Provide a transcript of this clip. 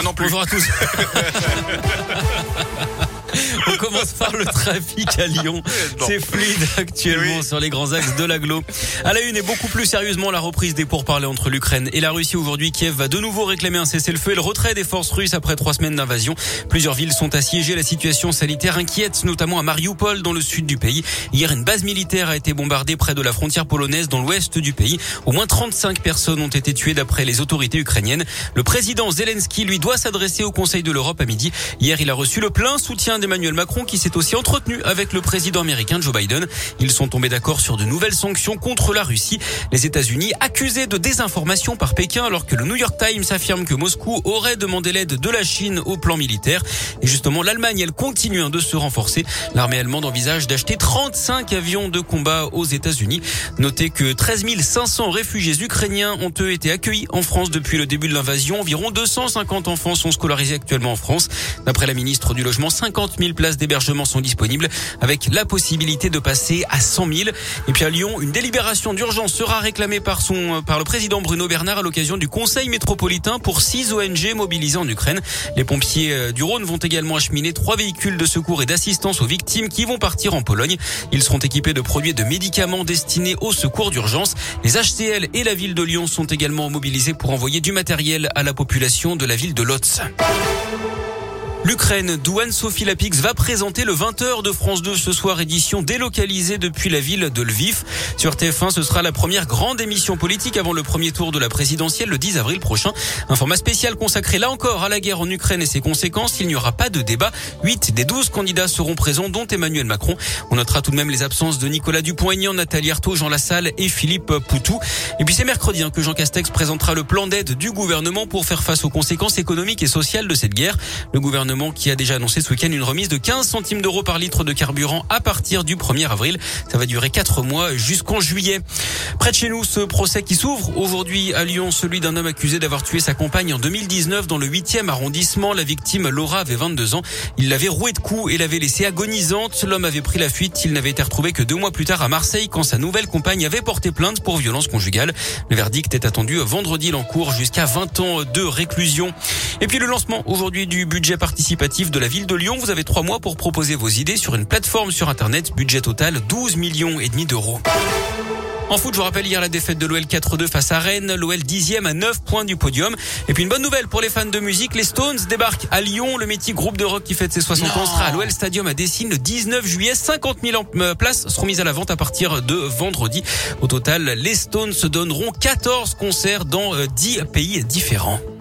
non plus. Bonjour à tous. On commence par le trafic à Lyon. C'est fluide actuellement sur les grands axes de l'agglo. À la une et beaucoup plus sérieusement, la reprise des pourparlers entre l'Ukraine et la Russie. Aujourd'hui, Kiev va de nouveau réclamer un cessez-le-feu et le retrait des forces russes après 3 semaines d'invasion. Plusieurs villes sont assiégées. La situation sanitaire inquiète, notamment à Mariupol, dans le sud du pays. Hier, une base militaire a été bombardée près de la frontière polonaise dans l'ouest du pays. Au moins 35 personnes ont été tuées d'après les autorités ukrainiennes. Le président Zelensky, lui, doit s'adresser au Conseil de l'Europe à midi. Hier, il a reçu le plein soutien d'Emmanuel Macron qui s'est aussi entretenu avec le président américain Joe Biden. Ils sont tombés d'accord sur de nouvelles sanctions contre la Russie. Les États-Unis accusés de désinformation par Pékin alors que le New York Times affirme que Moscou aurait demandé l'aide de la Chine au plan militaire. Et justement, l'Allemagne, elle continue de se renforcer. L'armée allemande envisage d'acheter 35 avions de combat aux États-Unis. Notez que 13 500 réfugiés ukrainiens ont eux été accueillis en France depuis le début de l'invasion. Environ 250 enfants sont scolarisés actuellement en France. D'après la ministre du Logement, 50 000 places d'hébergement sont disponibles avec la possibilité de passer à 100 000. Et puis à Lyon, une délibération d'urgence sera réclamée par le président Bruno Bernard à l'occasion du Conseil métropolitain pour 6 ONG mobilisées en Ukraine. Les pompiers du Rhône vont également acheminer 3 véhicules de secours et d'assistance aux victimes qui vont partir en Pologne. Ils seront équipés de produits et de médicaments destinés au secours d'urgence. Les HCL et la ville de Lyon sont également mobilisés pour envoyer du matériel à la population de la ville de Łódź. L'Ukraine, d'où Anne-Sophie Lapix va présenter le 20h de France 2 ce soir, édition délocalisée depuis la ville de Lviv. Sur TF1, ce sera la première grande émission politique avant le premier tour de la présidentielle le 10 avril prochain. Un format spécial consacré là encore à la guerre en Ukraine et ses conséquences. Il n'y aura pas de débat. 8 des 12 candidats seront présents, dont Emmanuel Macron. On notera tout de même les absences de Nicolas Dupont-Aignan, Nathalie Arthaud, Jean Lassalle et Philippe Poutou. Et puis c'est mercredi que Jean Castex présentera le plan d'aide du gouvernement pour faire face aux conséquences économiques et sociales de cette guerre. Le gouvernement qui a déjà annoncé ce week-end une remise de 15 centimes d'euros par litre de carburant à partir du 1er avril. Ça va durer 4 mois jusqu'en juillet. Près de chez nous, ce procès qui s'ouvre aujourd'hui à Lyon, celui d'un homme accusé d'avoir tué sa compagne en 2019 dans le 8e arrondissement. La victime, Laura, avait 22 ans. Il l'avait rouée de coups et l'avait laissée agonisante. L'homme avait pris la fuite. Il n'avait été retrouvé que 2 mois plus tard à Marseille quand sa nouvelle compagne avait porté plainte pour violence conjugale. Le verdict est attendu vendredi. Il encourt jusqu'à 20 ans de réclusion. Et puis le lancement aujourd'hui du budget participatif de la ville de Lyon. Vous avez 3 mois pour proposer vos idées sur une plateforme sur Internet. Budget total 12,5 millions d'euros. En foot, je vous rappelle hier la défaite de l'OL 4-2 face à Rennes. L'OL 10e à 9 points du podium. Et puis une bonne nouvelle pour les fans de musique. Les Stones débarquent à Lyon. Le mythique groupe de rock qui fête ses 60 ans sera à l'OL Stadium à Dessines le 19 juillet. 50 000 places seront mises à la vente à partir de vendredi. Au total, les Stones se donneront 14 concerts dans 10 pays différents.